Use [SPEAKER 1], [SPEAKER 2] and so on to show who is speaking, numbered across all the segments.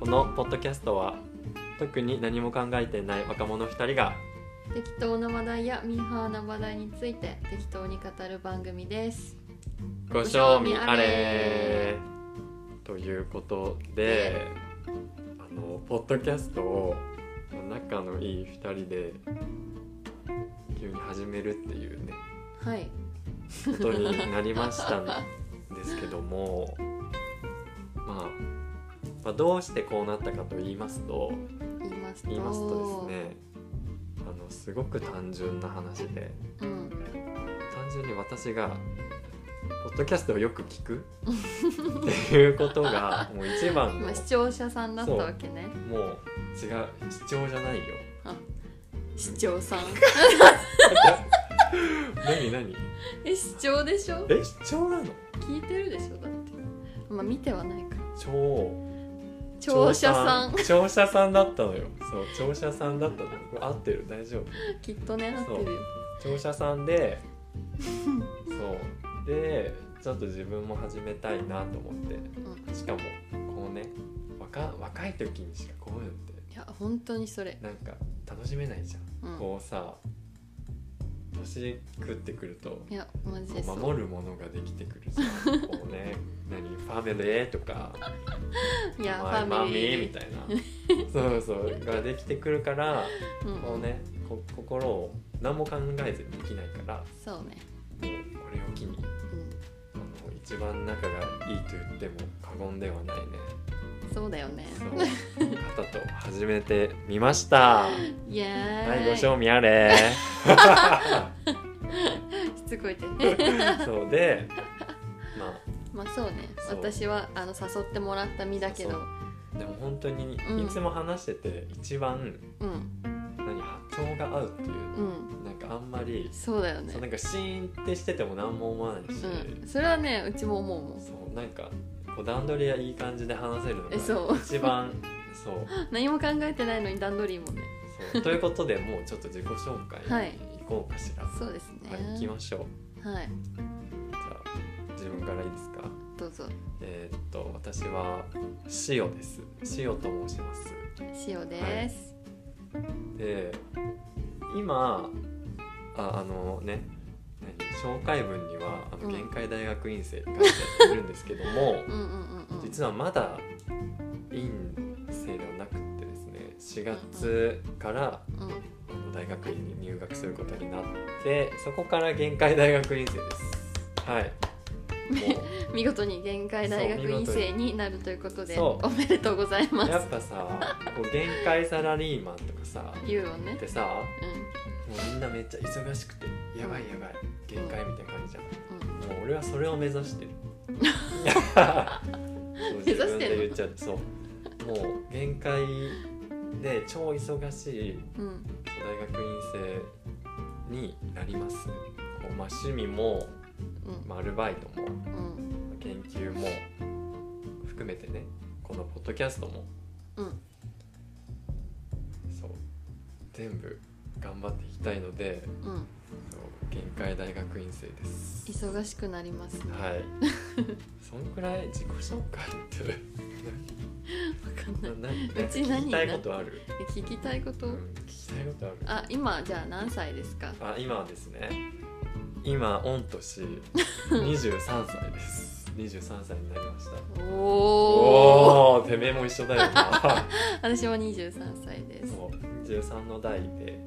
[SPEAKER 1] のポッドキャストは特に何も考えていない若者2人が
[SPEAKER 2] 適当な話題やミーハーな話題について適当に語る番組です。
[SPEAKER 1] ご賞味あれということで、ポッドキャストを仲のいい2人で急に始めるっていうね、
[SPEAKER 2] はい、
[SPEAKER 1] ことになりましたんですけどもまあどうしてこうなったかと言いますとですね、すごく単純な話で、単純に私がポッドキャストをよく聞くっていうことがもう一番の
[SPEAKER 2] 視聴者さんだったわけね。
[SPEAKER 1] もう違う、視聴じゃないよ。
[SPEAKER 2] 視聴さん
[SPEAKER 1] 何
[SPEAKER 2] 視聴でしょ。
[SPEAKER 1] 視聴なの？
[SPEAKER 2] 聞いてるでしょ。だって見てはないから
[SPEAKER 1] 聴者さんだったのよ。そう、聴者さんだったの。合ってる？大丈夫？
[SPEAKER 2] きっとね、合ってるよ。
[SPEAKER 1] 聴者さんでそうでちょっと自分も始めたいなと思って、しかもこうね若い時にしかこういうのって
[SPEAKER 2] いや本当にそれ
[SPEAKER 1] なんか楽しめないじゃん、こうさ年食ってくると
[SPEAKER 2] いやマジでそう
[SPEAKER 1] 守るものができてくるじゃんこうねファミリーとか
[SPEAKER 2] いや
[SPEAKER 1] マイマミーみたいなそうができてくるからこうね心を何も考えずにできないから
[SPEAKER 2] そうね、
[SPEAKER 1] もうこれを機に、一番仲がいいと言っても過言ではないね。
[SPEAKER 2] そうだよね。
[SPEAKER 1] そう方と始めてみました。
[SPEAKER 2] イエーイ。
[SPEAKER 1] はい、ご賞味あれ
[SPEAKER 2] しつこいて
[SPEAKER 1] そうで
[SPEAKER 2] まあそうね、私は誘ってもらった身だけど
[SPEAKER 1] でも本当にいつも話してて一番、波長が合うっていう、なんかあんまり
[SPEAKER 2] そうだよね。
[SPEAKER 1] そうなんかシーンってしてても何も思わないし、
[SPEAKER 2] それはねうちも思うもん。
[SPEAKER 1] そうなんかこう段取りはいい感じで話せるのが一番そう
[SPEAKER 2] 何も考えてないのに段取りいいもんね。
[SPEAKER 1] そうということでもうちょっと自己紹介に行こうかしら。
[SPEAKER 2] そうですね。
[SPEAKER 1] 行きましょう。
[SPEAKER 2] はい。
[SPEAKER 1] じゃあ自分からいいですか？
[SPEAKER 2] どうぞ。
[SPEAKER 1] 私は塩です。塩と申します。
[SPEAKER 2] 塩です。
[SPEAKER 1] で今紹介文には限界大学院生って書いているんですけども実はまだ院生ではなくてですね、4月から大学院に入学することになってそこから限界大学院生です。はい
[SPEAKER 2] 見事に限界大学院生になるということでおめでとうございます。
[SPEAKER 1] やっぱさこう限界サラリーマンとかさ
[SPEAKER 2] 言うよね
[SPEAKER 1] ってさ、もうみんなめっちゃ忙しくてやばい限界みたいな感じじゃん、もう俺はそれを目指してる自分で言っちゃう。そうもう限界で超忙しい大学院生になります。こう趣味もアルバイトも、研究も含めてね、このポッドキャストも、そう全部頑張っていきたいので、そう限界大学院生です。
[SPEAKER 2] 忙しくなりますね。
[SPEAKER 1] はいそんくらい自己紹介って
[SPEAKER 2] 分かんない。
[SPEAKER 1] 聞きたいことある？
[SPEAKER 2] 聞きたいこと？
[SPEAKER 1] 聞きたいことある？
[SPEAKER 2] 今じゃあ何歳ですか？
[SPEAKER 1] 今はですね、今御年23歳です。23歳になりました。おーてめえも一緒だよな
[SPEAKER 2] 私も23歳です。
[SPEAKER 1] そう23の代で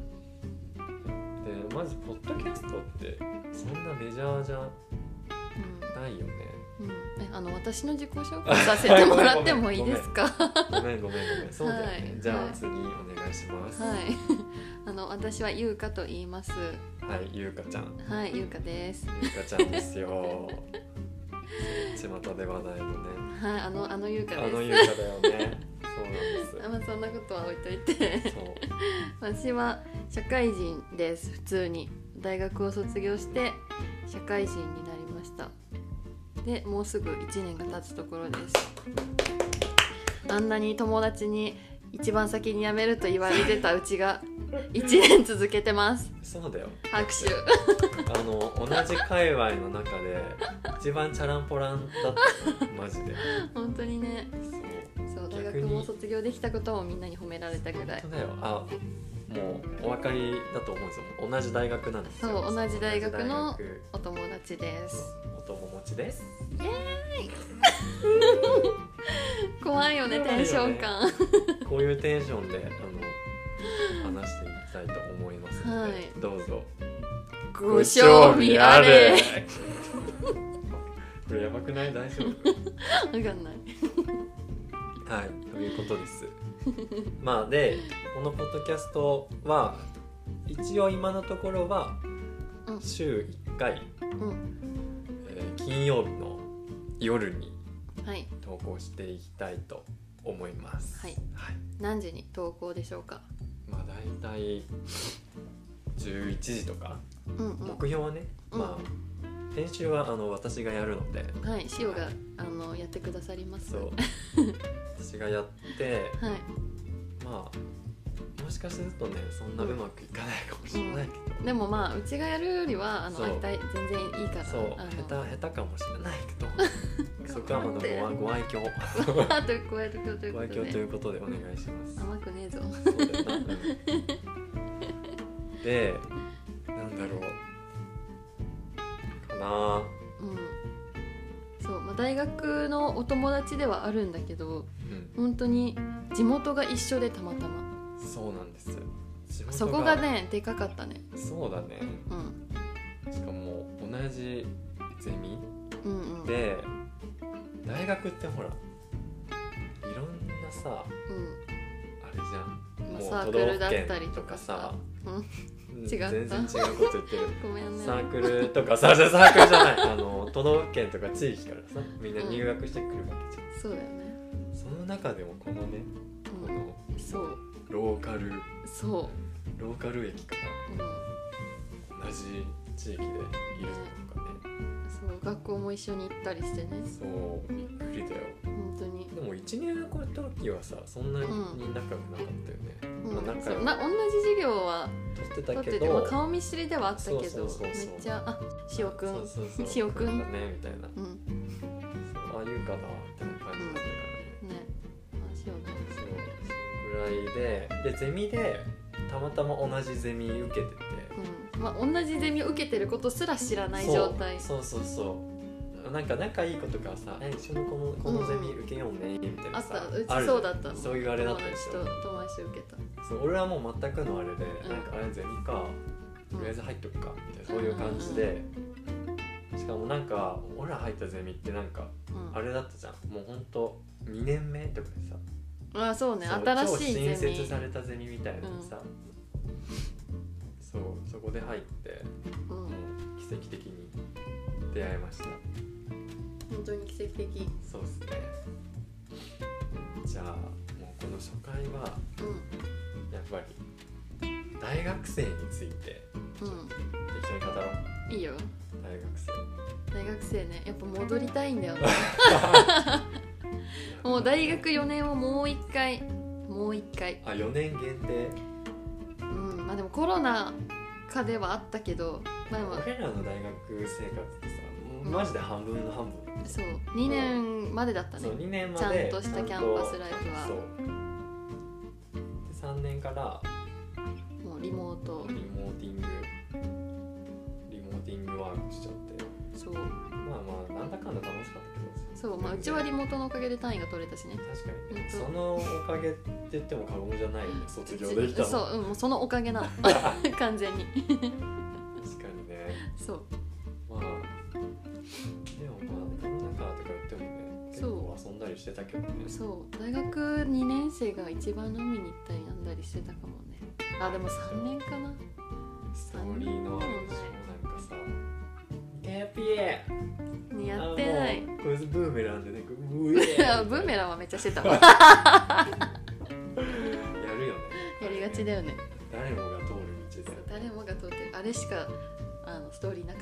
[SPEAKER 1] まずポッドキャストってそんなメジャーじゃないよね。
[SPEAKER 2] 私の自己紹介させてもらってもいいですか？
[SPEAKER 1] ごめんそうだよね、じゃあ次お願いします。
[SPEAKER 2] 私はゆうかと言います。
[SPEAKER 1] はい、ゆうかちゃん。
[SPEAKER 2] はい、ゆうかです。
[SPEAKER 1] ゆうかちゃんですよ巷で話題のね、
[SPEAKER 2] はい、あのゆうかです。
[SPEAKER 1] ゆうかだよね。そうなんです。
[SPEAKER 2] そんなことは置いといて私は社会人です。普通に大学を卒業して社会人になりました。でもうすぐ1年が経つところです。あんなに友達に一番先に辞めると言われてたうちが1年続けてます。
[SPEAKER 1] そうだよ。
[SPEAKER 2] 拍手
[SPEAKER 1] 同じ界隈の中で一番チャランポランだったマジで
[SPEAKER 2] 本当にね。そう大学も卒業できたこともみんなに褒められたぐらい。
[SPEAKER 1] 本当だよ。もうお分かりだと思うんですよ。同じ大学なんですよ。
[SPEAKER 2] そう、同じ大学のお友達です。
[SPEAKER 1] お友持ちです。
[SPEAKER 2] イエーイ怖いよね、テンション感。
[SPEAKER 1] こういうテンションで話していきたいと思いますので、
[SPEAKER 2] はい、
[SPEAKER 1] どうぞ
[SPEAKER 2] ご賞味あれ。
[SPEAKER 1] これやばくない？大丈夫？
[SPEAKER 2] わかんない。
[SPEAKER 1] はい、ということです。まあで、このポッドキャストは一応今のところは週1回、金曜日の夜に投稿していきたいと思います。
[SPEAKER 2] はい。はい、何時に投稿でしょうか？
[SPEAKER 1] まあだいたい11時とか、目標はね、まあ編集は私がやるので、
[SPEAKER 2] はい、塩がやってくださります。
[SPEAKER 1] そう私がやって、はい、まあもしかするとねそんなうまくいかないかもしれないけど、
[SPEAKER 2] でもまあうちがやるよりは全然いいから、
[SPEAKER 1] そう下手かもしれないけどそこはご愛嬌
[SPEAKER 2] ご愛嬌ということで
[SPEAKER 1] お願いします。
[SPEAKER 2] 甘くねえぞ。
[SPEAKER 1] そうだよな、で、なんだろうかな、
[SPEAKER 2] そう、まあ、大学のお友達ではあるんだけど、本当に地元が一緒でたまたま。
[SPEAKER 1] そうなんです。
[SPEAKER 2] そこがねでかかったね。
[SPEAKER 1] そうだね、しかも同じゼミ、で大学ってほらいろんなさ、あれじゃん、もう
[SPEAKER 2] サークルだったりとかさ、違った、
[SPEAKER 1] 全然違うこと言ってる。
[SPEAKER 2] ごめんね。
[SPEAKER 1] サークルとかさ、サークルじゃない都道府県とか地域からさみんな入学してくるわけじゃん、
[SPEAKER 2] そうだよね。
[SPEAKER 1] その中でもこのね、この
[SPEAKER 2] そう
[SPEAKER 1] ローカル駅か
[SPEAKER 2] ら、
[SPEAKER 1] 同じ地域でいるとかね、
[SPEAKER 2] そう、学校も一緒に行ったりしてね。
[SPEAKER 1] そう、びっくりだよ
[SPEAKER 2] 本当に。
[SPEAKER 1] でも1年の時はさそんなに仲良くなかったよね、同じ授
[SPEAKER 2] 業は
[SPEAKER 1] 取ってたけど、
[SPEAKER 2] 顔見知りではあったけど、めっちゃ塩くんねみたいな、そう
[SPEAKER 1] ああいうかなって感じだったからね。そうぐらいでゼミでたまたま同じゼミ受けてて、
[SPEAKER 2] まあ、同じゼミ受けてることすら知らない状態。
[SPEAKER 1] そうなんか仲いい子とかさ、一緒にこのゼミ受けようねみたいなさ、
[SPEAKER 2] あった。うちそうだった。
[SPEAKER 1] そういうあれだったでしょ。
[SPEAKER 2] 友達受けた。
[SPEAKER 1] そう、俺はもう全くのあれで、なんかあれゼミかとりあえず入っとくかみたいな、そういう感じで、しかもなんか俺ら入ったゼミってなんかあれだったじゃん、もうほんと2年目とかでさ、
[SPEAKER 2] そうね、新しいゼミ、
[SPEAKER 1] 超新設されたゼミみたいなのさ、そこで入って、奇跡的に出会いました。
[SPEAKER 2] 本当に奇跡的。
[SPEAKER 1] そうですね。じゃあもうこの初回は、やっぱり大学生について一緒に語ろう。
[SPEAKER 2] いいよ。大学生ね、やっぱ戻りたいんだよね。もう大学4年をもう一回。
[SPEAKER 1] 4年限定。
[SPEAKER 2] まあでもコロナ禍ではあったけど、まあ、でも
[SPEAKER 1] 俺らの大学生活ってさ、マジで半分の半分。
[SPEAKER 2] そう、2年までだったね。
[SPEAKER 1] そう、2年ま
[SPEAKER 2] でちゃんとしたキャンパスライフは。
[SPEAKER 1] そうで3年から
[SPEAKER 2] もうリモーティングワークしちゃって、そう、ま
[SPEAKER 1] あなんだかんだ楽しかったけど、
[SPEAKER 2] そう、まあうちはリモートのおかげで単位が取れたしね。
[SPEAKER 1] 確かに、そのおかげって言っても過言じゃないよね、卒業できたの。
[SPEAKER 2] そう、もうそのおかげなの。完全に。
[SPEAKER 1] 確かにね。
[SPEAKER 2] そう。
[SPEAKER 1] まあでもコロナ禍とか言ってもね、結構遊んだりしてたけどね。
[SPEAKER 2] そう、大学2年生が一番飲みに行ったりなんだりしてたかもね。でも3年かな。
[SPEAKER 1] ストーリーのあるでしょ、なんかさ、キャピー
[SPEAKER 2] にやってない。
[SPEAKER 1] これブーメランでね、
[SPEAKER 2] ブーメランはめっちゃしてたわ。や
[SPEAKER 1] るよね。
[SPEAKER 2] やりがちだよね。
[SPEAKER 1] 誰もが通る道で。
[SPEAKER 2] 誰もが通ってる。あれしかストーリーなかった。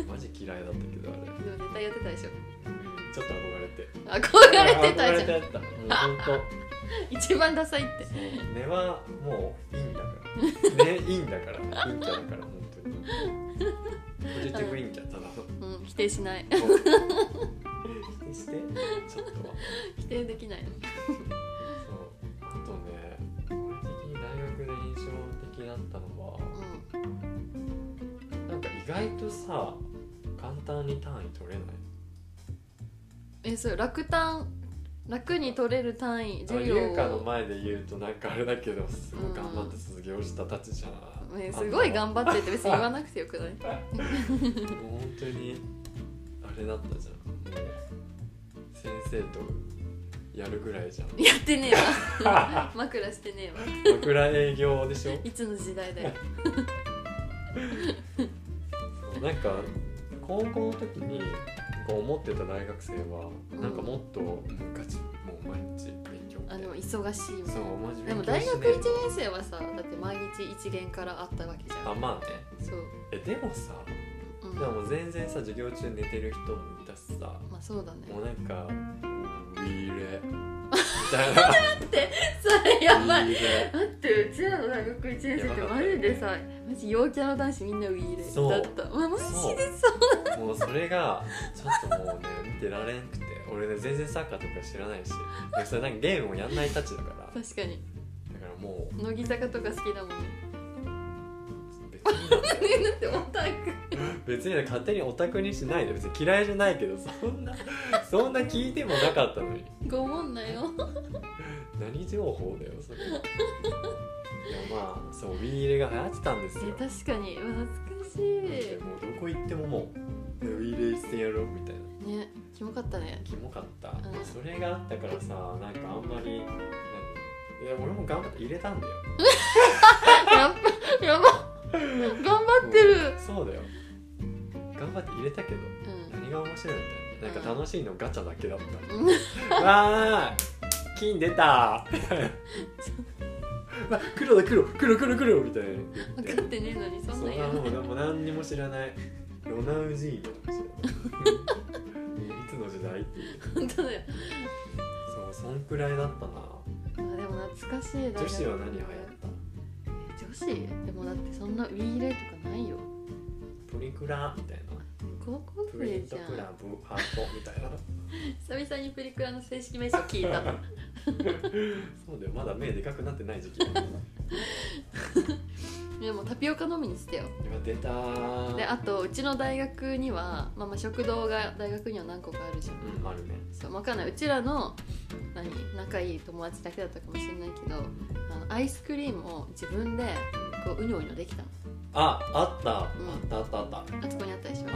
[SPEAKER 1] マジ嫌いだったけど、あれ。
[SPEAKER 2] でも絶対やってたでしょ。
[SPEAKER 1] ちょっと憧れて。
[SPEAKER 2] 憧れてたじゃん。
[SPEAKER 1] もう本当。
[SPEAKER 2] 一番ダサいって。
[SPEAKER 1] 根はもういいんだから。ね、いいんだから。陰キャだから本当に。ポジティブ陰キャただの。
[SPEAKER 2] 否定しない。
[SPEAKER 1] 否定して。ちょっとは。
[SPEAKER 2] 否定できないの。
[SPEAKER 1] ね個人的に大学で印象的だったのは、なんか意外とさ簡単に単位取れない。
[SPEAKER 2] そう楽に取れる単位授業を
[SPEAKER 1] 優香の前で言うとなんかあれだけどすごい頑張って卒業したたちじゃん、
[SPEAKER 2] すごい頑張ってって別に言わなくてよくない？
[SPEAKER 1] もう本当にあれだったじゃん、もう先生とやるぐらいじゃん。
[SPEAKER 2] やってねえわ枕してね
[SPEAKER 1] えわ枕営業でしょ
[SPEAKER 2] いつの時代だよ
[SPEAKER 1] そうなんか高校の時にこう思ってた大学生はなんかもっとガチ、もう毎日勉強
[SPEAKER 2] 忙しいもん。
[SPEAKER 1] そうマジ
[SPEAKER 2] でも大学1年生はさだって毎日一限からあったわけじゃん。
[SPEAKER 1] まあね。
[SPEAKER 2] そう
[SPEAKER 1] でもさ、でも全然さ授業中寝てる人もいたしさ、
[SPEAKER 2] まあそうだね。
[SPEAKER 1] もうなんかウィーレみたいな
[SPEAKER 2] 待ってそれやばい。待ってうちらの大学1年生ってマジでさマジ陽キャの男子みんなウィーレだった。マジでそう
[SPEAKER 1] もうそれがちょっともうね見てられんくて、俺ね全然サッカーとか知らないし、それなんかゲームもやんないたちだから。
[SPEAKER 2] 確かに。
[SPEAKER 1] だからもう
[SPEAKER 2] 乃木坂とか好きだもんね。
[SPEAKER 1] 別に
[SPEAKER 2] だってオタク
[SPEAKER 1] 別に勝手にオタクにしないで、別に嫌いじゃないけどそんな聞いてもなかったのに。
[SPEAKER 2] ごもんなよ
[SPEAKER 1] 何情報だよそれ。いやまあそうウィーレが流行ってたんですよ。
[SPEAKER 2] 確かに懐かしい。
[SPEAKER 1] もうどこ行ってももうウィーレしてやろうみたいな
[SPEAKER 2] ね。キモかったね。
[SPEAKER 1] キモかった、それがあったからさ、なんかあんまりいや俺も頑張って入れたんだよ
[SPEAKER 2] やば頑張ってる。
[SPEAKER 1] そうだよ頑張って入れたけど、何が面白いみたいな、なんか楽しいのガチャだけだった、わー金出た黒だ黒みたいな
[SPEAKER 2] 分かってねえのにそんなんや
[SPEAKER 1] もう何にも知らないロナウジーニョとか知らないいつの時代っていう
[SPEAKER 2] 本当だよ。
[SPEAKER 1] そんくらいだったな。
[SPEAKER 2] でも懐かしい。
[SPEAKER 1] 女子は何流行った？
[SPEAKER 2] 女子でもだってそんなウィーレとかないよ。
[SPEAKER 1] プリクラみたいな。
[SPEAKER 2] 高校
[SPEAKER 1] プリント
[SPEAKER 2] 生じゃん。
[SPEAKER 1] クラブハートみたいな
[SPEAKER 2] 久々にプリクラの正式名称聞いた
[SPEAKER 1] そうだよ、まだ目でかくなってない時期
[SPEAKER 2] でもタピオカ飲みにしてよ。
[SPEAKER 1] 出たー。
[SPEAKER 2] であとうちの大学には、食堂が大学には何個かあるじゃん。
[SPEAKER 1] あるね。
[SPEAKER 2] そう分かんない、うちらの仲いい友達だけだったかもしれないけど、アイスクリームを自分でこううにょうにょできたの。
[SPEAKER 1] あった、あった
[SPEAKER 2] あそこにあったでしょ。
[SPEAKER 1] あった。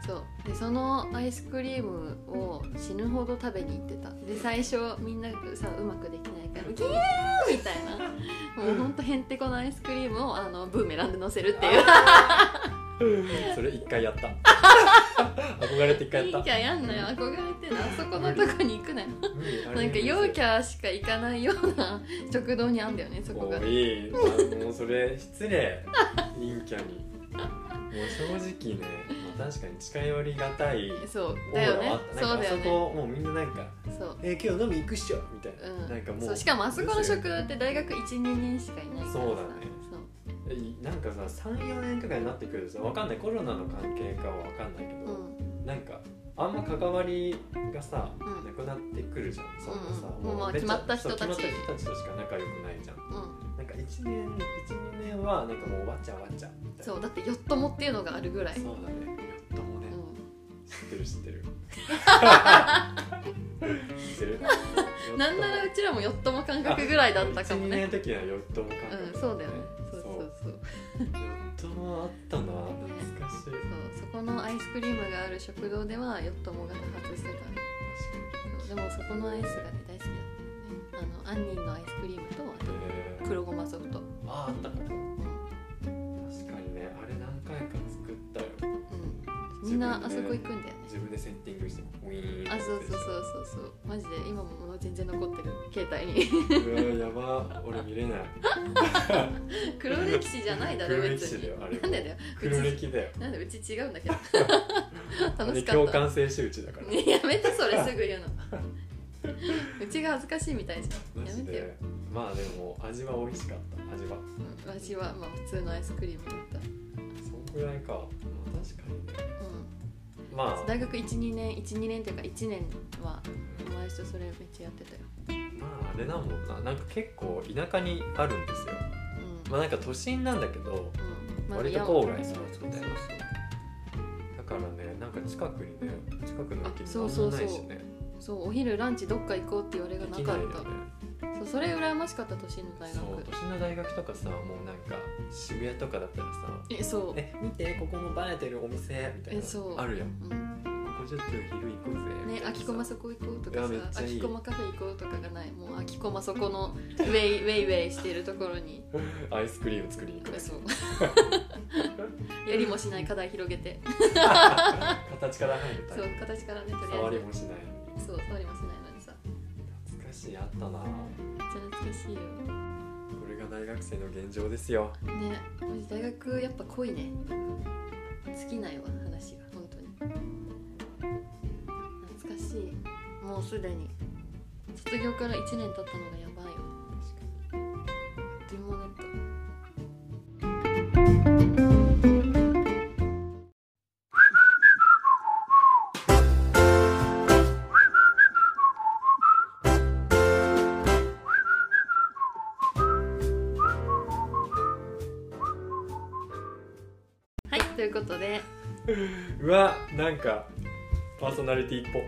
[SPEAKER 2] そうでそのアイスクリームを死ぬほど食べに行ってた。で最初みんなさうまくできないからギューみたいなもうほんとへんてこなアイスクリームをブーメランで乗せるっていう
[SPEAKER 1] それ一回やった憧れて一回やった。
[SPEAKER 2] いいキャやんなよ、憧れてな、あそこのとこに行くなよなんか陽キャしか行かないような食堂にあんだよね、そこが。
[SPEAKER 1] いいもうそれ失礼陰キャに。もう正直ね、確かに近寄りがたい。
[SPEAKER 2] そうだよね。そうだよね。
[SPEAKER 1] あそこもうみんななんか
[SPEAKER 2] そう
[SPEAKER 1] 今日飲み行くっしょみたいな、なんかもう
[SPEAKER 2] そうしかもあそこの食堂って大学 1,2 年しかいないからさ。
[SPEAKER 1] そうだね。なんかさ 3,4 年とかになってくるとさ、わかんない、コロナの関係かはわかんないけど、なんかあんま関わりがさ、なくなってくるじゃん。そんなさ、
[SPEAKER 2] もう決まった人たち
[SPEAKER 1] としか仲良くないじゃん。なんか1年1,2 年はなんかもうわちゃわちゃみたいな。
[SPEAKER 2] そうだってヨットモっていうのがあるぐらい。
[SPEAKER 1] そうだね、ヨットモね、知ってる
[SPEAKER 2] なんならうちらもヨットモ感覚ぐらいだったかもね。
[SPEAKER 1] 1,2年の時はヨットモ感覚。
[SPEAKER 2] そうだよね。そう
[SPEAKER 1] ヨットモあったな、懐かしい。
[SPEAKER 2] そこのアイスクリームがある食堂ではヨットモが多発してた。でもそこのアイスがね大好きだったね。杏仁のアイスクリームとあと黒ごまソフト。
[SPEAKER 1] あったかも。確かにね、あれ何回か作ったよ。
[SPEAKER 2] みんなあそこ行くんだよね。
[SPEAKER 1] 自分でセッティングしてウィーン。
[SPEAKER 2] そうマジで今も物全然残ってる携帯に
[SPEAKER 1] うわやば、俺見れない
[SPEAKER 2] 黒歴史じゃないだろ別に。なんでだよ、
[SPEAKER 1] 黒歴だよ。
[SPEAKER 2] なんでうち違うんだけど楽しかった。
[SPEAKER 1] 共感性周知だから、
[SPEAKER 2] やめてそれすぐ言うのうちが恥ずかしいみたいじゃん。やめてよ。
[SPEAKER 1] まあでも味は美味しかった。
[SPEAKER 2] 味は普通のアイスクリームだった。
[SPEAKER 1] そんぐらいか。確かにね。 まあ
[SPEAKER 2] 大学 1,2 年っていうか1年は友達とそれめっちゃやってたよ。
[SPEAKER 1] まああれだもんな、なんか結構田舎にあるんですよ、まあなんか都心なんだけど、割と郊外
[SPEAKER 2] そう
[SPEAKER 1] みたいな。だからね、なんか近くにね、近くの駅に
[SPEAKER 2] そう
[SPEAKER 1] 何もないしね。
[SPEAKER 2] そうお昼ランチどっか行こうって言われがなかった。
[SPEAKER 1] できないよね。
[SPEAKER 2] そうそれ羨ましかった。都心の大学。
[SPEAKER 1] そう都心の大学とかさ、もうなんか渋谷とかだったらさ、
[SPEAKER 2] そう
[SPEAKER 1] 見てここの映えてるお店みたいなあるやん。ここちょっと昼行こうぜ。
[SPEAKER 2] ね、秋駒そこ行こうとかさ、秋駒カフェ行こうとかがない。もう秋駒そこのウェイしてるところに
[SPEAKER 1] アイスクリーム作りに行く。
[SPEAKER 2] そうやりもしない課題広げて
[SPEAKER 1] 形から入るタイプ。
[SPEAKER 2] そう形からね、とりあえず
[SPEAKER 1] 触りもしないのに。
[SPEAKER 2] そう触りもしないのにさ。
[SPEAKER 1] 懐かしい、あったな。めっ
[SPEAKER 2] ちゃ懐かしいよ。
[SPEAKER 1] これが大学生の現状ですよ
[SPEAKER 2] ね。大学やっぱ濃いね。尽きないわ話が本当に。懐かしい。もうすでに卒業から1年経ったのがやばいよ。確かに。あっという間だった。ということで
[SPEAKER 1] うわ、なんかパーソナリティっぽ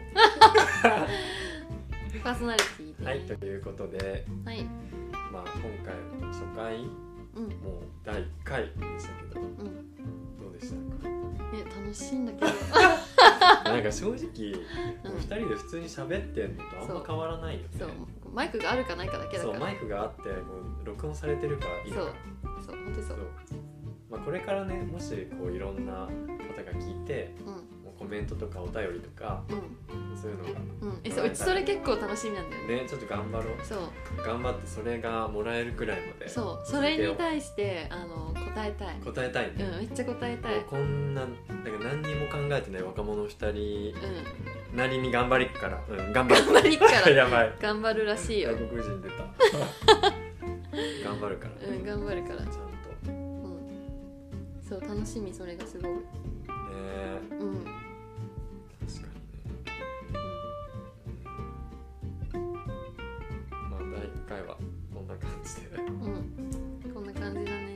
[SPEAKER 2] パーソナリティで、
[SPEAKER 1] はい、ということで、
[SPEAKER 2] はい、
[SPEAKER 1] まあ今回初回、もう第1回でしたけど、どうでしたか？
[SPEAKER 2] 楽しいんだけど
[SPEAKER 1] なんか正直、2人で普通に喋ってんのとあんま変わらないよね。
[SPEAKER 2] そうマイクがあるかないかだけだから。
[SPEAKER 1] そうマイクがあってもう録音されてるかいいか。
[SPEAKER 2] そう本当にそう。
[SPEAKER 1] まあ、これからね、もしこういろんな方が聞いて、もうコメントとかお便りとか、そういうのが、
[SPEAKER 2] うちそれ結構楽しみなんだよね。
[SPEAKER 1] ちょっと頑張ろう。
[SPEAKER 2] そう
[SPEAKER 1] 頑張ってそれがもらえるくらいまで。
[SPEAKER 2] そうそれに対して答えたい。
[SPEAKER 1] 答えたいね。
[SPEAKER 2] めっちゃ答えたい。
[SPEAKER 1] こんな何にも考えてない若者2人なりに頑張りっから、頑張りっからやばい、
[SPEAKER 2] 頑張るらしいよ。
[SPEAKER 1] 外国人出た頑張るから、
[SPEAKER 2] 頑張るからちゃんと。そう楽しみ、それがすごいね。
[SPEAKER 1] 確かにね。まあ第1回はこんな感じで
[SPEAKER 2] こんな感じだね。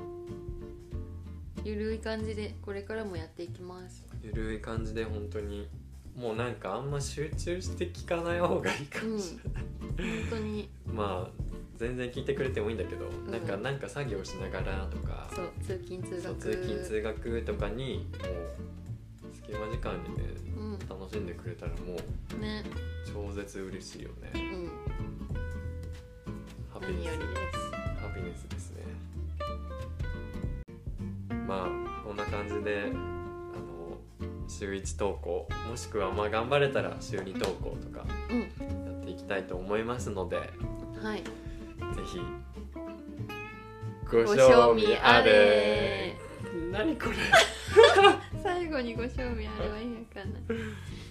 [SPEAKER 2] ゆるい感じでこれからもやっていきます。
[SPEAKER 1] ゆるい感じで本当にもうなんかあんま集中して聞かない方がいいかもしれない、
[SPEAKER 2] 本当に
[SPEAKER 1] まあ全然聞いてくれてもいいんだけど、なんか作業しながらとか、
[SPEAKER 2] そう通勤通
[SPEAKER 1] 学とかにもう隙間時間にね、楽しんでくれたらもう
[SPEAKER 2] ね
[SPEAKER 1] 超絶嬉しいよね。ハピ
[SPEAKER 2] 何よりです。
[SPEAKER 1] ハピネスですね。まあこんな感じで週1投稿、もしくはまあ頑張れたら週2投稿とかやっていきたいと思いますので、
[SPEAKER 2] はい、
[SPEAKER 1] ぜひご賞味あれ。何これ
[SPEAKER 2] 最後にご賞味あれは意味わかんない